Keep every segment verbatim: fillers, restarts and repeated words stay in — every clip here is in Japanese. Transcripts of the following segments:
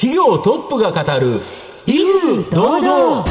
企業トップが語る威風堂々。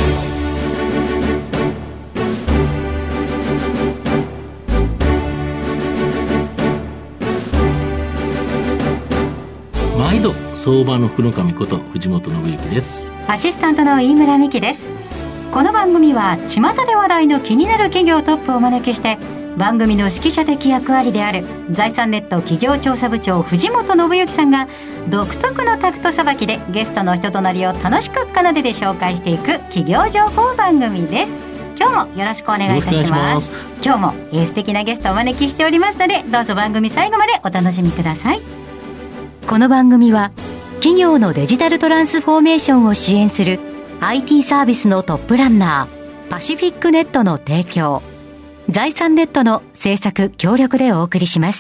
毎度相場の福の神こと藤本信之です。 アシスタントの飯村美希です。この番組は巷で話題の気になる企業トップをお招きして、番組の指揮者的役割である財産ネット企業調査部長藤本信之さんが独特のタクトさばきでゲストの人となりを楽しく奏でて紹介していく企業情報番組です。今日もよろしくお願いいたします。今日も、えー、素敵なゲストをお招きしておりますので、どうぞ番組最後までお楽しみください。この番組は企業のデジタルトランスフォーメーションを支援する アイティー サービスのトップランナーパシフィックネットの提供、財産ネットの制作協力でお送りします。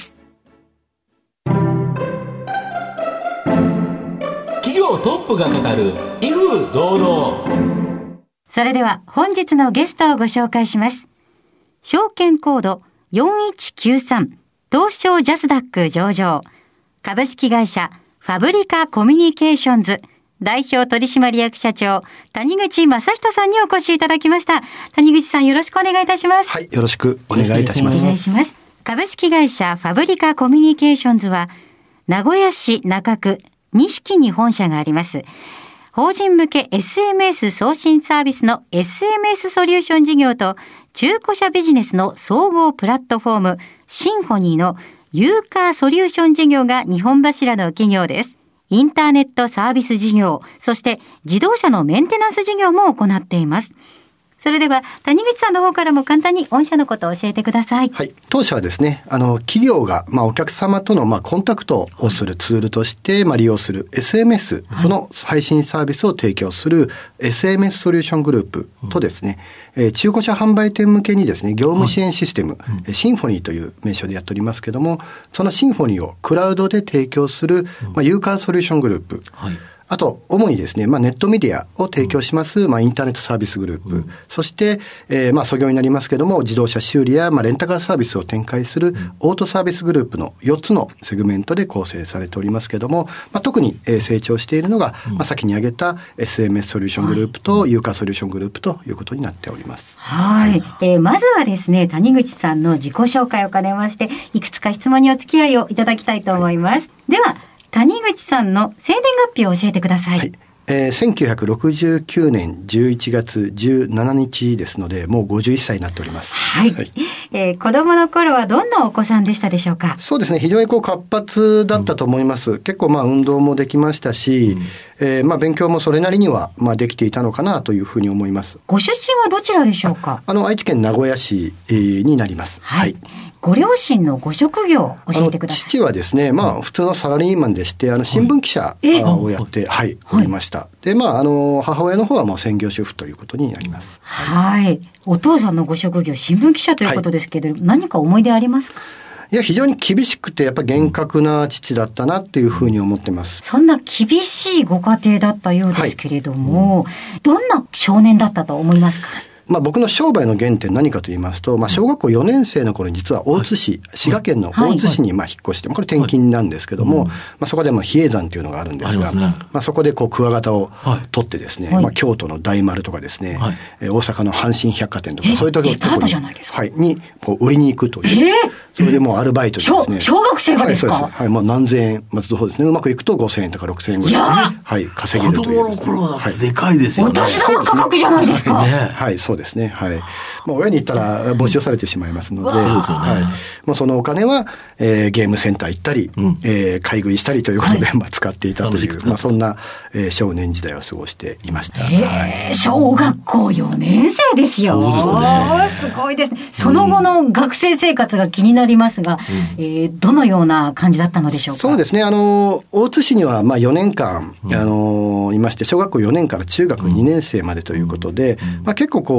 企業トップが語る威風堂々。 それでは本日のゲストをご紹介します。証券コードよんいちきゅうさん東証ジャスダック上場、株式会社ファブリカコミュニケーションズ代表取締役社長谷口正人さんにお越しいただきました。谷口さん、よろしくお願いいたします。 はい、よろしくお願いいたします。 お願いします。株式会社ファブリカコミュニケーションズは名古屋市中区錦に本社があります。法人向け エスエムエス 送信サービスの エスエムエス ソリューション事業と中古車ビジネスの総合プラットフォームシンフォニーのユーカーソリューション事業が日本柱の企業です。インターネットサービス事業、そして自動車のメンテナンス事業も行っています。それでは谷口さんの方からも簡単に御社のことを教えてください。 はい、当社はですね、あの企業が、まあ、お客様との、まあ、コンタクトをするツールとして、まあ、利用する エスエムエス、はい、その配信サービスを提供する エスエムエス ソリューショングループとですね、うん、えー、中古車販売店向けにですね、業務支援システム、はい、シンフォニーという名称でやっておりますけども、そのシンフォニーをクラウドで提供する、まあ、ユーカーソリューショングループ、はい、あと、主にですね、まあ、ネットメディアを提供します、うん、まあ、インターネットサービスグループ、うん、そして、えー、まあ、創業になりますけども、自動車修理や、まあ、レンタカーサービスを展開する、うん、オートサービスグループのよっつのセグメントで構成されておりますけども、まあ、特に、えー、成長しているのが、うん、まあ、先に挙げた エスエムエス ソリューショングループと、はい、ユーカーソリューショングループということになっております。 はい。はい、えー、まずはですね、谷口さんの自己紹介を兼ねまして、いくつか質問にお付き合いをいただきたいと思います。はい、では、谷口さんの生年月日を教えてください。はい、 えー、せんきゅうひゃくろくじゅうきゅうねんじゅういちがつじゅうしちにちですので、もうごじゅういっさいになっております。 はい。はい、えー、子供の頃はどんなお子さんでしたでしょうか？ そうですね、非常にこう活発だったと思います。うん、結構まあ運動もできましたし、うん、えー、まあ勉強もそれなりにはまあできていたのかなというふうに思います。 ご出身はどちらでしょうか？ あの愛知県名古屋市になります。 はい。はい、ご両親のご職業を教えてください。 父はですね、まあ普通のサラリーマンでして、あの新聞記者をやって、はい、はい、おりました。で、まああの母親の方はもう専業主婦ということになります。 はい。はい、お父さんのご職業新聞記者ということですけれど、はい、何か思い出ありますか？ いや、非常に厳しくてやっぱ厳格な父だったなっていうふうに思ってます。 そんな厳しいご家庭だったようですけれども、はい、どんな少年だったと思いますか？ まあ、僕の商売の原点何かと言いますと、まあ、小学校よねん生の頃に実は大津市、はい、滋賀県の大津市にまあ引っ越して、これ転勤なんですけども、はい、まあ、そこでまあ比叡山というのがあるんですが、すね、まあ、そこでこうクワガタを取ってですね、はい、まあ、京都の大丸とかですね、はい、え大阪の阪神百貨店とか、そういうところに、はい、にこう売りに行くという、えー、それでもうアルバイトでですね、 小学生がですか？ はい、そうです。はい、まあ、何千円、まあ、そうですね、うまくいくとごせんえんとかろくせんえんぐらい、はい、稼げるという。 子供の頃はでかいですよね。 お年玉価格じゃないですか。 はい、はい、そうですね。はい。まあ、親に言ったら没収されてしまいますので、そうですよね。はい。もうそのお金は、えー、ゲームセンター行ったり、うん、えー、買い食いしたりということで、はい、まあ、使っていたという、まあ、そんな、えー、少年時代を過ごしていました。 えーはい、小学校よねん生ですよ。 そうですね。 すごいですね。その後の学生生活が気になりますが、うん、えー、どのような感じだったのでしょうか？ そうですね。あの、大津市には、まあ、よねんかん、うん、あの、いまして、小学校よねんから中学にねん生までということで、うん、まあ、結構こ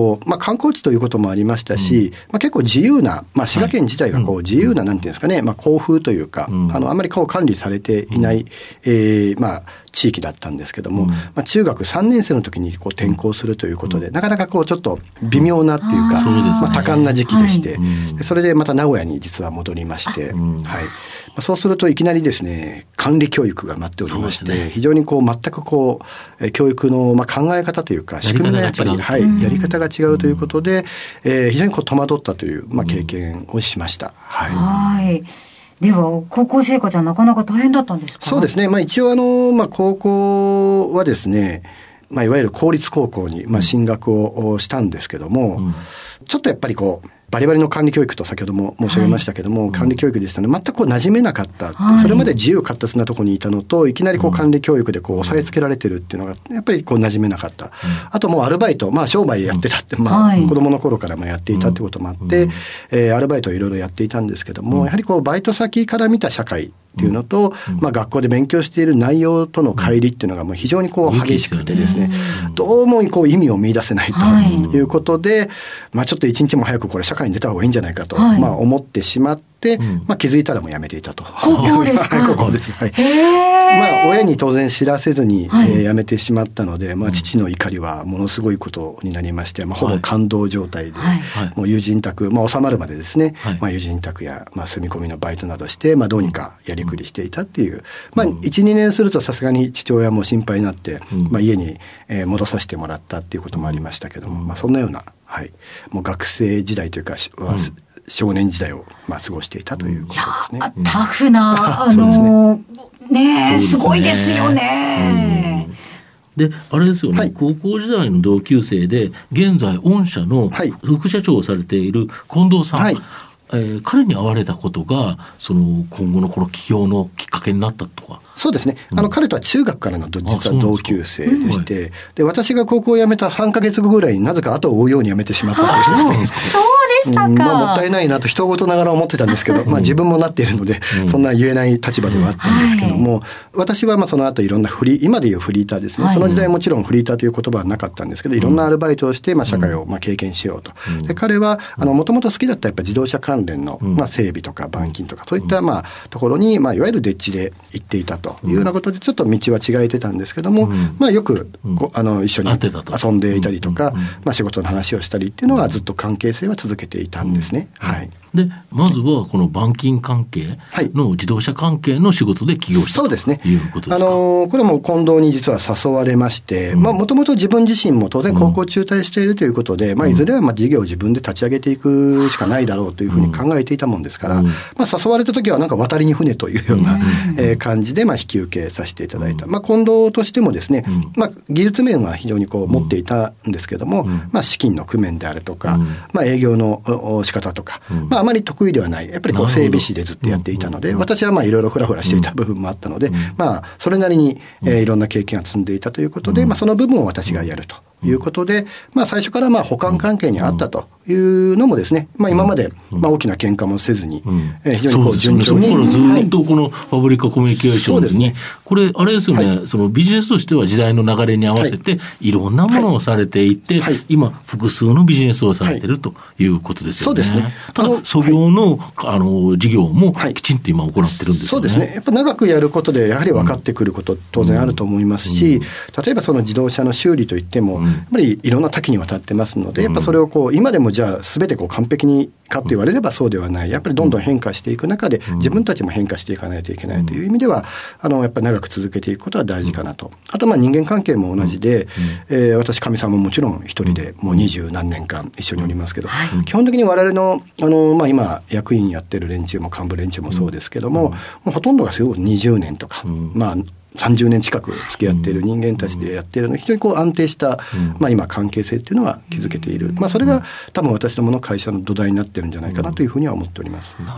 こう、まあ、観光地ということもありましたし、うん、まあ、結構自由な、まあ、滋賀県自体がこう自由な、なんていうんですかね、まあ、校風というか、うん、あの、あまりこう管理されていない、うん、えー、まあ、地域だったんですけども、うん、まあ、中学さんねん生の時にこう転校するということで、うん、なかなかこうちょっと微妙なっていうか、うん、まあ、多感な時期でして、はい、それでまた名古屋に実は戻りまして、うん、はい。まあ、そうするといきなりですね、管理教育が待っておりまして、ね、非常にこう全くこう、教育のまあ考え方というか、仕組みがやっぱり、はい、やり方が違うということで、うん、えー、非常にこう戸惑ったという、まあ、経験をしました。はい。 はい。では、高校生活はなかなか大変だったんですか？ そうですね。まあ一応あの、まあ高校はですね、まあいわゆる公立高校にまあ進学をしたんですけども、うん、ちょっとやっぱりこう、バリバリの管理教育と先ほども申し上げましたけども、はい、管理教育でしたので、全くこう馴染めなかった、はい、それまで自由闊達なところにいたのと、いきなりこう管理教育でこう押さえつけられてるっていうのが、やっぱりこう馴染めなかった。うん、あともうアルバイト、まあ商売やってたって、まあ子供の頃からもやっていたってこともあって、うん、えー、アルバイトをいろいろやっていたんですけども、やはりこうバイト先から見た社会っていうのと、うん、まあ学校で勉強している内容との乖離っていうのがもう非常にこう激しくてですね、うん、どうもこう意味を見出せないということで、はい、まあちょっと一日も早くこれ社会に出た方がいいんじゃないかと、はい、まあ思ってしまって、うん、まあ気づいたらもう辞めていたと。 高校ですか？ 高校です。はい。まあ親に当然知らせずに、はい、えー、辞めてしまったので、まあ父の怒りはものすごいことになりまして、まあほぼ感動状態で、はい、もう友人宅、まあ収まるまでですね、はい、まあ友人宅やまあ住み込みのバイトなどして、まあどうにかやりくりしていたっていう、まあいち、にねんするとさすがに父親も心配になって、うん、まあ家に戻させてもらったっていうこともありましたけども、まあそんなような、はい、もう学生時代というか、うん、少年時代をまあ過ごしていたということですね。 いや、タフな、あのー、ねえ、すごいですよね。 うん、で、あれですよね、はい、高校時代の同級生で、現在、御社の副社長をされている近藤さん、はい、えー、彼に会われたことが、その今後のこの起業のきっかけになったとか。 そうですね。あの、うん、彼とは中学からの実は同級生でして、で, で、私が高校を辞めたさんかげつごぐらいになぜか後を追うように辞めてしまったんですね。 そうでしたか。うん、 まあ、もったいないなと人事ながら思ってたんですけど、まあ自分もなっているので、うん、そんな言えない立場ではあったんですけども、うん、はい、私はまあその後いろんなフリー、今でいうフリーターですね。はい、その時代もちろんフリーターという言葉はなかったんですけど、いろんなアルバイトをして、まあ社会をまあ経験しようと。うん、で、彼は、あの、もともと好きだったやっぱ自動車関連の、まあ整備とか板金とか、そういったまあところに、まあいわゆるデッチで行っていたというようなことで、ちょっと道は違えてたんですけども、うん、まあよくこあの一緒に遊んでいたりとか、まあ仕事の話をしたりっていうのはずっと関係性は続けていたんですね。 はい。で、まずはこの板金関係の自動車関係の仕事で起業した、はい、ということですか。 あのー、これも近藤に実は誘われまして、うん、まあもともと自分自身も当然高校中退しているということで、うん、まあいずれはまあ事業を自分で立ち上げていくしかないだろうというふうに考えていたもんですから、うん、まあ誘われた時はなんか渡りに船というような、うん、えー、感じでまあ引き受けさせていただいた。うん、まあ近藤としてもですね、うん、まあ技術面は非常にこう持っていたんですけども、うん、まあ資金の工面であるとか、うん、まあ営業の仕方とか、うん、まああまり得意ではない。やっぱりこう整備士でずっとやっていたので、うん、私はまあいろいろフラフラしていた部分もあったので、うん、まあそれなりに、えー、いろんな経験を積んでいたということで、うん、まあその部分を私がやるということで、まあ最初からまあ補完関係にあったというのもですね、まあ今までまあ大きな喧嘩もせずに、えー、非常にこう順調に。 そこからずっとこのファブリカコミュニケーションズに、これあれですよね、はい、そのビジネスとしては時代の流れに合わせていろんなものをされていて、はいはい、今複数のビジネスをされているということですよね。 そうですね。 ただ、創業の、あの事業もきちんと今行ってるんですよね。 そうですね。やっぱ長くやることでやはり分かってくること当然あると思いますし、うん、例えばその自動車の修理といっても、うん、やっぱりいろんな多岐にわたってますので、やっぱそれをこう今でもじゃあ全てこう完璧にかと言われればそうではない。やっぱりどんどん変化していく中で、自分たちも変化していかないといけないという意味では、あのやっぱり長く続けていくことは大事かなと。あとまあ人間関係も同じで、えー、私かみさんももちろん一人でもう二十何年間一緒におりますけど、基本的に我々のあのまあ今役員やってる連中も幹部連中もそうですけども、もうほとんどがすごくにじゅうねんとか、まあさんじゅうねん近く付き合っている人間たちでやっているので、非常にこう安定した、まあ今関係性っていうのは築けている。まあそれが多分私どもの会社の土台になってるんじゃないかなというふうには思っております。はい。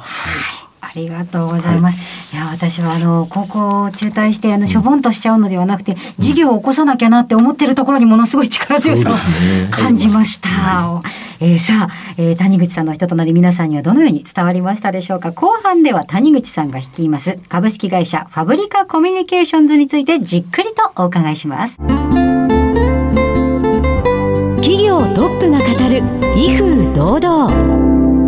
ありがとうございます。はい、いや、私はあの、高校を中退して、あの、しょぼんとしちゃうのではなくて、うん、事業を起こさなきゃなって思ってるところにものすごい力強さを感じました。はい、えー、さあ、えー、谷口さんの人となり皆さんにはどのように伝わりましたでしょうか。後半では谷口さんが率います株式会社ファブリカコミュニケーションズについてじっくりとお伺いします。企企業トップが語る威風堂々。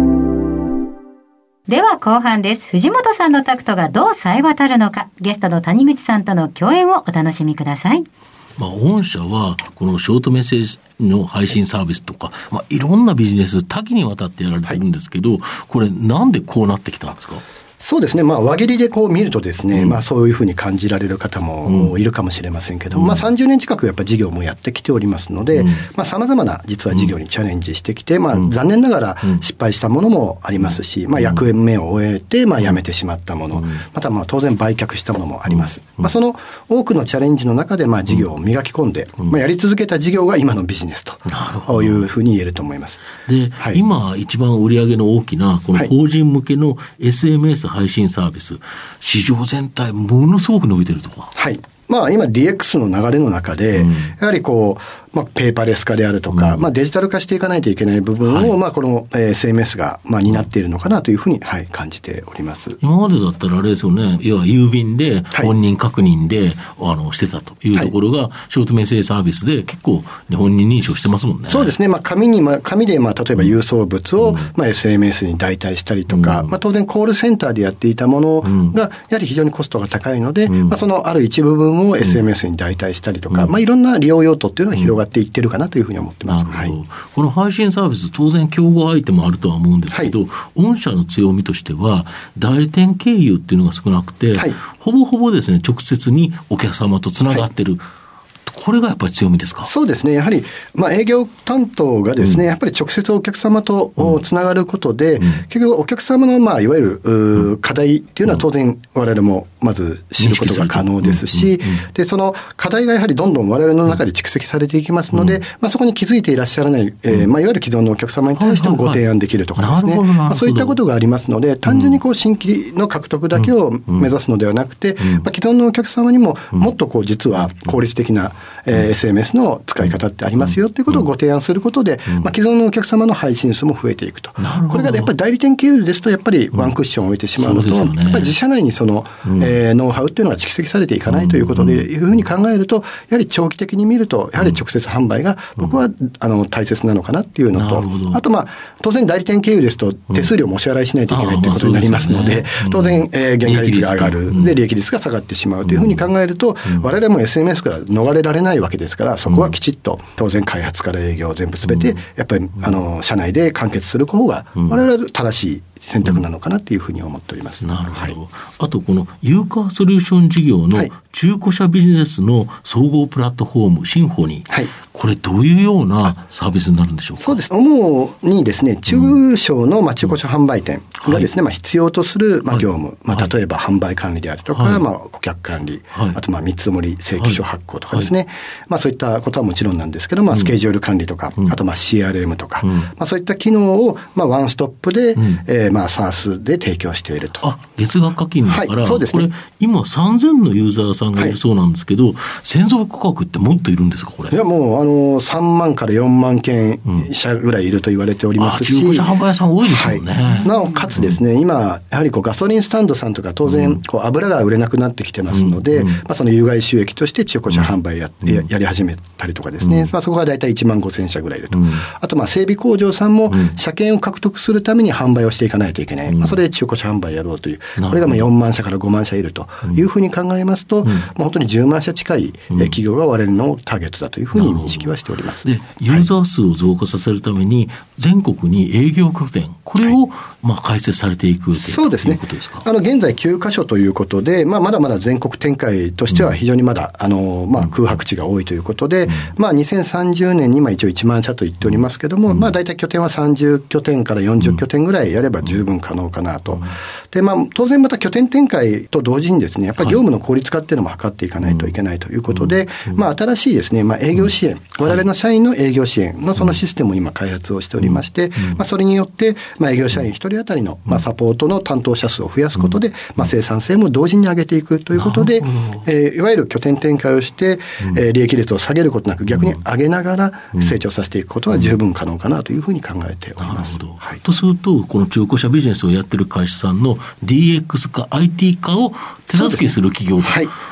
では後半です。藤本さんのタクトがどう冴え渡るのか、ゲストの谷口さんとの共演をお楽しみください。 まあ、御社はこのショートメッセージの配信サービスとか、まあ、いろんなビジネス多岐にわたってやられてるんですけど、はい、これなんでこうなってきたんですか？ そうですね、まあ、輪切りでこう見るとですね、うん、まあ、そういうふうに感じられる方もいるかもしれませんけど、うん、まあ、さんじゅうねん近くやっぱり事業もやってきておりますので、うん、まあ、様々な実は事業にチャレンジしてきて、うん、まあ、残念ながら失敗したものもありますし、うん、まあ、役目を終えて、まあ、辞めてしまったもの、うん、またまあ当然売却したものもあります。うん、まあ、その多くのチャレンジの中で、まあ、事業を磨き込んで、うん、まあ、やり続けた事業が今のビジネスというふうに言えると思います。 で、はい、今一番売り上げの大きなこの法人向けの エスエムエス 配信サービス、市場全体ものすごく伸びてるとか。 はい。まあ今 ディーエックス の流れの中で、うん、やはりこう、まあペーパーレス化であるとか、うん、まあデジタル化していかないといけない部分を、はい、まあこの エスエムエス がまあ担っているのかなというふうに、はい、感じております。 今までだったらあれですよね、要は郵便で本人確認で、はい、あのしてたというところが、はい、ショートメッセージサービスで結構本人認証してますもんね。 そうですね。まあ紙に、まあ紙でまあ例えば郵送物を、うん、まあ エスエムエス に代替したりとか、うん、まあ当然コールセンターでやっていたものが、やはり非常にコストが高いので、うん、まあそのある一部分を エスエムエス に代替したりとか、うん、まあいろんな利用用途っていうのが広がっていってるかなというふうに思ってます。 なるほど。はい、この配信サービス、当然競合相手もあるとは思うんですけど、はい、御社の強みとしては代理店経由っていうのが少なくて、はい、ほぼほぼですね、直接にお客様とつながってる、はい、これがやっぱり強みですか？ そうですね。やはり、まあ、営業担当がですね、うん、やっぱり直接お客様とつながることで、うん、結局お客様の、まあ、いわゆる、うん、課題っていうのは当然我々もまず知ることが可能ですし、で、その課題がやはりどんどん我々の中で蓄積されていきますので、うん、まあ、そこに気づいていらっしゃらない、えー、まあ、いわゆる既存のお客様に対してもご提案できるとかですね、まあ、そういったことがありますので、単純にこう新規の獲得だけを目指すのではなくて、まあ、既存のお客様にももっとこう実は効率的な、えー、エスエムエス の使い方ってありますよということをご提案することで、うん、まあ、既存のお客様の配信数も増えていくと。これがやっぱり代理店経由ですとやっぱりワンクッションを置いてしまうのと、うん、ね、やっぱり自社内にその、うん、えー、ノウハウっていうのが蓄積されていかないということで、うん、いうふうに考えると、やはり長期的に見ると、やはり直接販売が僕は、うん、あの大切なのかなっていうのと、あとまあ、当然代理店経由ですと手数料もお支払いしないといけないということになりますので、当然、えー、原価率が上がる、うん、で、利益率が下がってしまうというふうに考えると、うん、我々も エスエムエス から逃れられないわけですから、そこはきちっと当然開発から営業全部すべてやっぱりあの社内で完結する方が我々は正しい選択なのかなというふうに思っております。 なるほど。はい、あとこのユーカーソリューション事業の中古車ビジネスの総合プラットフォームシンフォニー、はい、これどういうようなサービスになるんでしょうか？ そうです。主にですね、中小のまあ中古車販売店がですね、うん、まあ必要とするまあ業務、はい、まあ例えば販売管理であるとか、はい、まあ顧客管理、はい、あとまあ見積もり請求書発行とかですね、はい、まあそういったことはもちろんなんですけど、まあスケジュール管理とか、うん、あとまあ シーアールエム とか、うん、まあそういった機能をまあワンストップで、うん、えー、まあ SaaS で提供していると。 あ、月額課金だから、 はい、そうですね。 これ今さんぜんのユーザーさんがいるそうなんですけど、はい、専属価格ってもっといるんですかこれ？ いやもうあのさんまんからよんまんけん社ぐらいいると言われておりますし、 中古車販売屋さん多いですよね。 はい、なおかつですね、うん、今やはりこうガソリンスタンドさんとか当然こう油が売れなくなってきてますので、うん、まあ、その有害収益として中古車販売 や,、うん、やり始めたりとかですね、うん、まあ、そこが大体いちまんごせんしゃぐらいいると、うん、あとまあ整備工場さんも車検を獲得するために販売をしていかないといけない、うん、まあ、それで中古車販売やろうという、これがまあよんまんしゃからごまんしゃいるというふうに考えますと、うん、まあ、本当にじゅうまんしゃ近い企業が我々のターゲットだというふうに認識はしております。 で、ユーザー数を増加させるために全国に営業拠点、これをまあ開設されていくということですか？そうですね。 あの現在きゅうかしょということで、まあ、まだまだ全国展開としては非常にまだ、うん、あのまあ、空白地が多いということで、うん、まあ、にせんさんじゅうねんにまあ一応いちまんしゃと言っておりますけども、うん、まあ、大体拠点はさんじゅっきょてんからよんじゅっきょてんぐらいやれば十分可能かなと。うん、で、まあ、当然また拠点展開と同時にですね、やっぱり業務の効率化っていうのも図っていかないといけないということで、うん、まあ、新しいですね、まあ、営業支援、うん、我々の社員の営業支援のそのシステムを今開発をしておりまして、うん、まあ、それによって、まあ、営業社員一人当たりの、まあ、サポートの担当者数を増やすことで、まあ、生産性も同時に上げていくということで、えー、いわゆる拠点展開をして、えー、利益率を下げることなく逆に上げながら成長させていくことは十分可能かなというふうに考えております。 なるほど。はい、とすると、この中古車ビジネスをやっている会社さんの ディーエックス 化、アイティー 化を手助けする企業と、はい、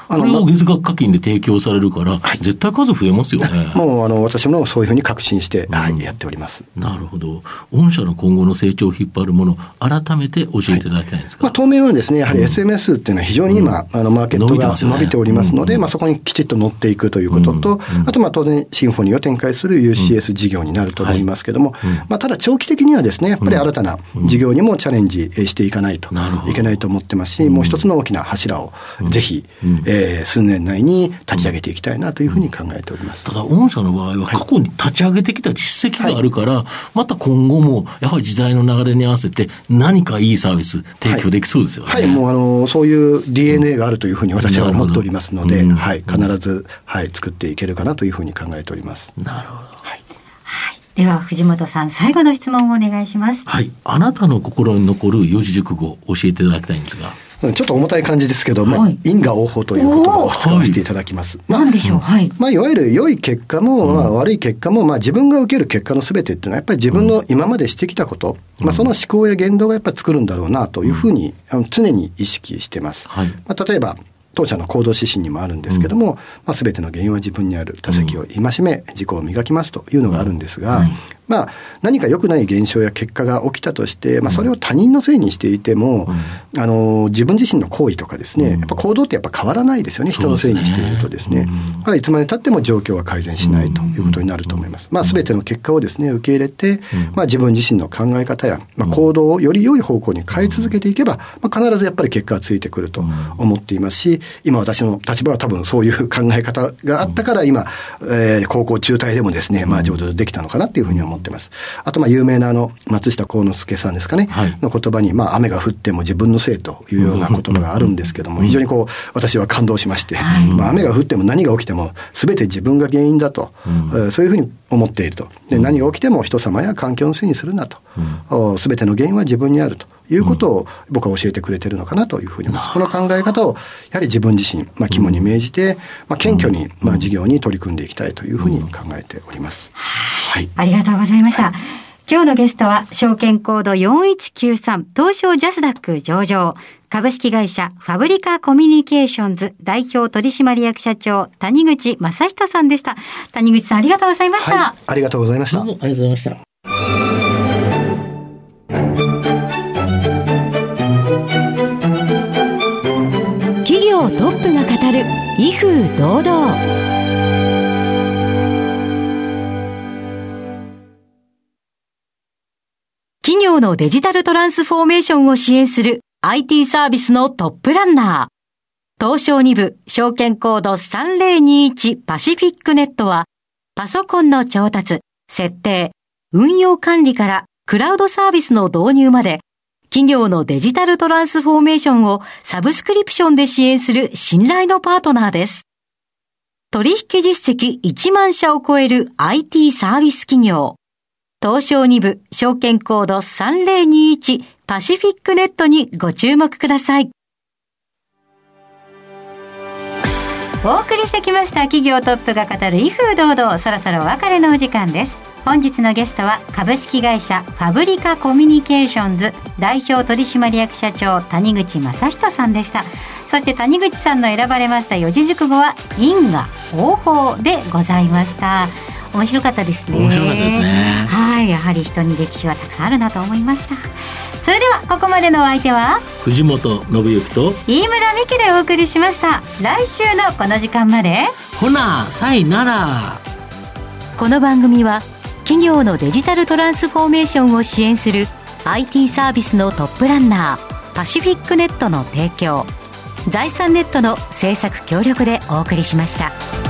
これを月額課金で提供されるから、はい、絶対数増えますよね。 もうあの私もそういうふうに確信して、うんはい、やっております。 なるほど。御社の今後の成長を引っ張るもの、改めて教えていただきたいんですか。 はいまあ、当面はですね、やはり エスエムエス っていうのは非常に今、うん、あのマーケットが伸びておりますので、うんまあ、そこにきちっと乗っていくということと、うんうん、あとまあ当然シンフォニーを展開する ユーシーエス 事業になると思いますけども、うんはいまあ、ただ長期的にはですね、やっぱり新たな事業にもチャレンジしていかないといけないと思ってますし、うん、もう一つの大きな柱をぜひ、うんえー、数年内に立ち上げていきたいなというふうに考えております。 ただ御社の場合は過去に立ち上げてきた実績があるから、はい、また今後もやはり時代の流れに合わせて何かいいサービス提供できそうですよね。 はい、はい、もうあのそういう ディーエヌエー があるというふうに私は思っておりますので、うんはい、必ず、はい、作っていけるかなというふうに考えております。 なるほど。 はいはい、では藤本さん、最後の質問をお願いします。 はい、あなたの心に残る四字熟語を教えていただきたいんですが。 ちょっと重たい感じですけど、はいまあ、因果応報という言葉を使わせていただきます。 まあ、何でしょう、はいまあ、いわゆる良い結果も、まあ、悪い結果も、まあ、自分が受ける結果のすべてっていうのはやっぱり自分の今までしてきたこと、うんまあ、その思考や言動がやっぱり作るんだろうなというふうに、うん、常に意識してます。はいまあ、例えば当社の行動指針にもあるんですけども、うんまあ、全ての原因は自分にある。他責を戒め、自己を磨きますというのがあるんですが、うんはいまあ、何か良くない現象や結果が起きたとして、まあ、それを他人のせいにしていても、うん、あの自分自身の行為とかですね、やっぱ行動ってやっぱ変わらないですよね、人のせいにしているとですね。だからいつまで経っても状況は改善しないということになると思います。まあ、全ての結果をですね受け入れて、まあ、自分自身の考え方や、まあ、行動をより良い方向に変え続けていけば、まあ、必ずやっぱり結果がついてくると思っていますし、今私の立場は多分そういう考え方があったから今、えー、高校中退でもですね、まあ、上手できたのかなというふうに思っています。あとまあ有名なあの松下幸之助さんですかね、はい、の言葉に、まあ、雨が降っても自分のせいというような言葉があるんですけども、非常にこう私は感動しまして、まあ、雨が降っても何が起きても全て自分が原因だと、うん、そういうふうに思っていると。で何が起きても人様や環境のせいにするなと、うん、全ての原因は自分にあるということを僕は教えてくれているのかなというふうに思います。この考え方をやはり自分自身、まあ、肝に銘じて、まあ、謙虚に、まあ、事業に取り組んでいきたいというふうに考えております。 はい、ありがとうございました。はい、今日のゲストは証券コードよんいちきゅうさん東証ジャスダック上場株式会社ファブリカコミュニケーションズ代表取締役社長谷口正人さんでした。谷口さんありがとうございました。 はい、ありがとうございました。 どうもありがとうございました。 企業トップが語る威風堂々。企業のデジタルトランスフォーメーションを支援する アイティー サービスのトップランナー。東証に部証券コードさんぜろにいちパシフィックネットはパソコンの調達、設定、運用管理からクラウドサービスの導入まで企業のデジタルトランスフォーメーションをサブスクリプションで支援する信頼のパートナーです。取引実績いちまん社を超える アイティー サービス企業。東証に部証券コードさんぜろにいちパシフィックネットにご注目ください。お送りしてきました企業トップが語る威風堂々、そろそろお別れのお時間です。本日のゲストは株式会社ファブリカコミュニケーションズ代表取締役社長谷口正人さんでした。そして谷口さんの選ばれました四字熟語は因果応報でございました。面白かったですね。 面白かったですね。 はい、やはり人に歴史はたくさんあるなと思いました。それではここまでのお相手は藤本信之と飯村美希でお送りしました。来週のこの時間までほなさいなら。 この番組は企業のデジタルトランスフォーメーションを支援する アイティー サービスのトップランナーパシフィックネットの提供、財産ネットの制作協力でお送りしました。